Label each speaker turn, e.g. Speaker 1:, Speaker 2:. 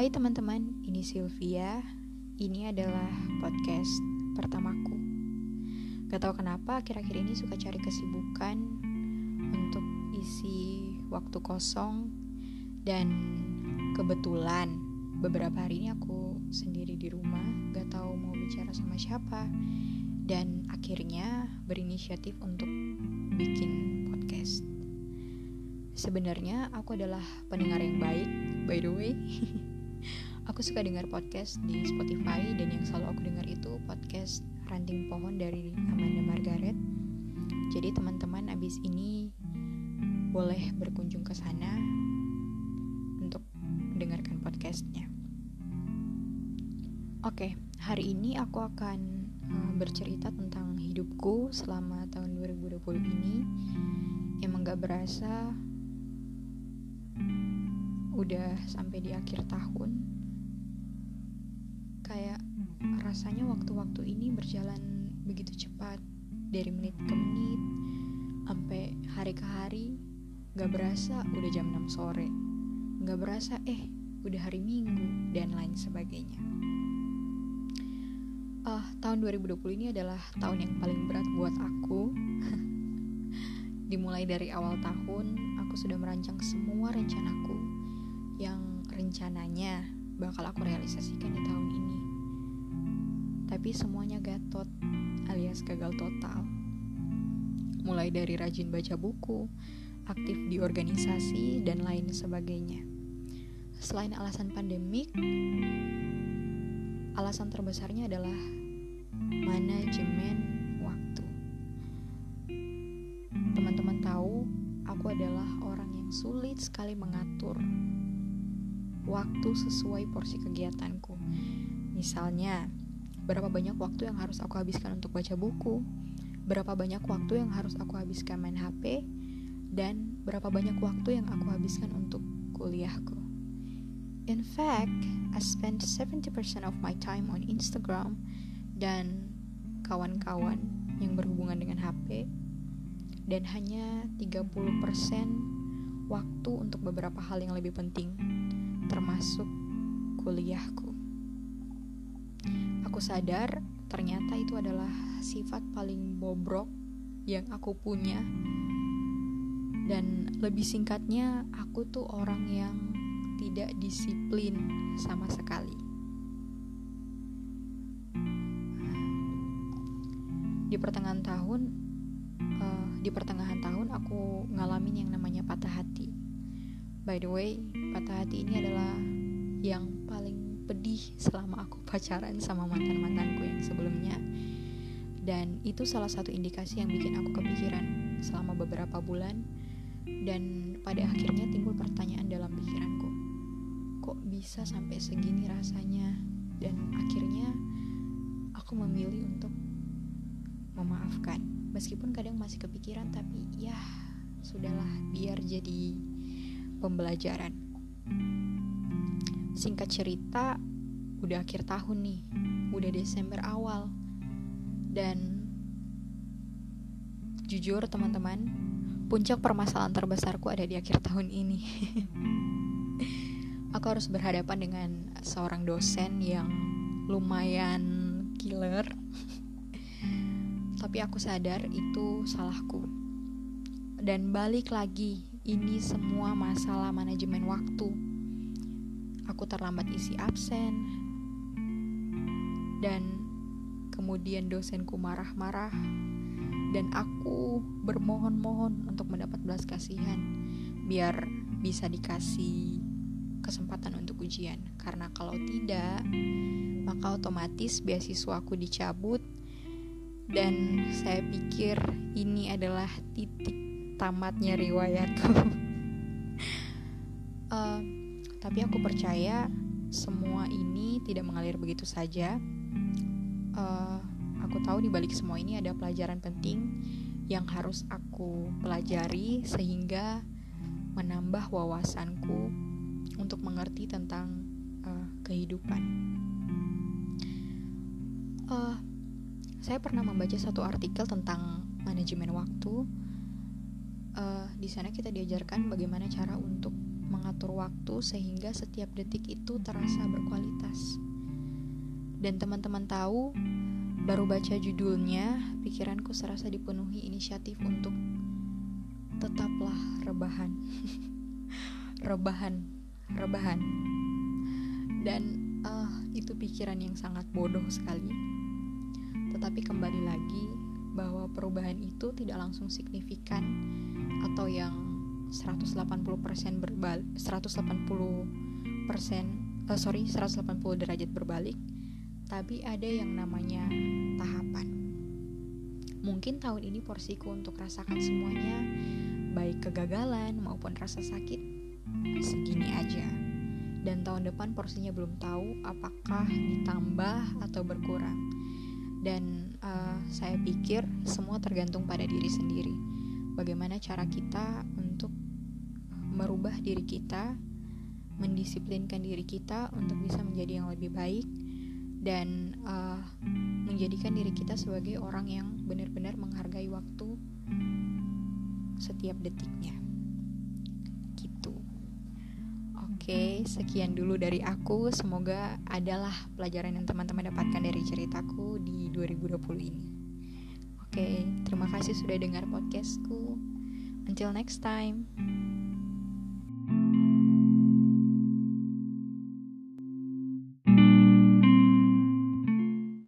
Speaker 1: Hai teman-teman, ini Sylvia. Ini adalah podcast pertamaku. Gak tahu kenapa akhir-akhir ini suka cari kesibukan untuk isi waktu kosong. Dan kebetulan beberapa hari ini aku sendiri di rumah, gak tahu mau bicara sama siapa. Dan akhirnya berinisiatif untuk bikin podcast. Sebenarnya aku adalah pendengar yang baik, by the way. Aku suka dengar podcast di Spotify, dan yang selalu aku dengar itu podcast Ranting Pohon dari Amanda Margaret. Jadi teman-teman abis ini boleh berkunjung ke sana untuk mendengarkan podcastnya. Oke, hari ini aku akan bercerita tentang hidupku selama tahun 2020 ini. Emang gak berasa udah sampai di akhir tahun. Kayak rasanya waktu-waktu ini berjalan begitu cepat, dari menit ke menit sampai hari ke hari. Gak berasa udah jam 6 sore, gak berasa udah hari Minggu, dan lain sebagainya. Tahun 2020 ini adalah tahun yang paling berat buat aku. Dimulai dari awal tahun, aku sudah merancang semua rencanaku yang rencananya bakal aku realisasikan di tahun ini. Tapi semuanya gatot alias gagal total. Mulai dari rajin baca buku, aktif di organisasi, dan lain sebagainya. Selain alasan pandemik, alasan terbesarnya adalah manajemen waktu. Teman-teman tahu, aku adalah orang yang sulit sekali mengatur waktu sesuai porsi kegiatanku. Misalnya, berapa banyak waktu yang harus aku habiskan untuk baca buku, berapa banyak waktu yang harus aku habiskan main HP, dan berapa banyak waktu yang aku habiskan untuk kuliahku. In fact, I spent 70% of my time on Instagram dan kawan-kawan yang berhubungan dengan HP, dan hanya 30% waktu untuk beberapa hal yang lebih penting, termasuk kuliahku. Aku sadar ternyata itu adalah sifat paling bobrok yang aku punya. Dan lebih singkatnya, aku tuh orang yang tidak disiplin sama sekali. Di pertengahan tahun aku ngalamin yang namanya patah hati. By the way, patah hati ini adalah yang paling pedih selama aku pacaran sama mantan-mantanku yang sebelumnya. Dan itu salah satu indikasi yang bikin aku kepikiran selama beberapa bulan. Dan pada akhirnya timbul pertanyaan dalam pikiranku, kok bisa sampai segini rasanya? Dan akhirnya aku memilih untuk memaafkan. Meskipun kadang masih kepikiran, tapi ya sudahlah, biar jadi pembelajaran. Singkat cerita, udah akhir tahun nih, udah Desember awal. Dan jujur teman-teman, puncak permasalahan terbesarku ada di akhir tahun ini. Aku harus berhadapan dengan seorang dosen yang lumayan killer. Tapi aku sadar itu salahku. Dan balik lagi, ini semua masalah manajemen waktu. Aku terlambat isi absen, dan kemudian dosenku marah-marah, dan aku bermohon-mohon untuk mendapat belas kasihan biar bisa dikasih kesempatan untuk ujian. Karena kalau tidak, maka otomatis beasiswaku dicabut. Dan saya pikir ini adalah titik tamatnya riwayatku. Tapi aku percaya semua ini tidak mengalir begitu saja. Aku tahu di balik semua ini ada pelajaran penting yang harus aku pelajari, sehingga menambah wawasanku untuk mengerti tentang kehidupan. Saya pernah membaca satu artikel tentang manajemen waktu. Di sana kita diajarkan bagaimana cara untuk mengatur waktu sehingga setiap detik itu terasa berkualitas. Dan teman-teman tahu, baru baca judulnya, pikiranku serasa dipenuhi inisiatif untuk tetaplah rebahan. rebahan. Dan itu pikiran yang sangat bodoh sekali. Tetapi kembali lagi bahwa perubahan itu tidak langsung signifikan atau yang 180 derajat berbalik, tapi ada yang namanya tahapan. Mungkin tahun ini porsiku untuk rasakan semuanya, baik kegagalan maupun rasa sakit, segini aja. Dan tahun depan porsinya belum tahu apakah ditambah atau berkurang. Dan saya pikir semua tergantung pada diri sendiri. Bagaimana cara kita untuk merubah diri kita, mendisiplinkan diri kita untuk bisa menjadi yang lebih baik, dan menjadikan diri kita sebagai orang yang benar-benar menghargai waktu setiap detiknya. Gitu. Oke, sekian dulu dari aku. Semoga adalah pelajaran yang teman-teman dapatkan dari ceritaku di 2020 ini. Oke, terima kasih sudah dengar podcastku. Until next time.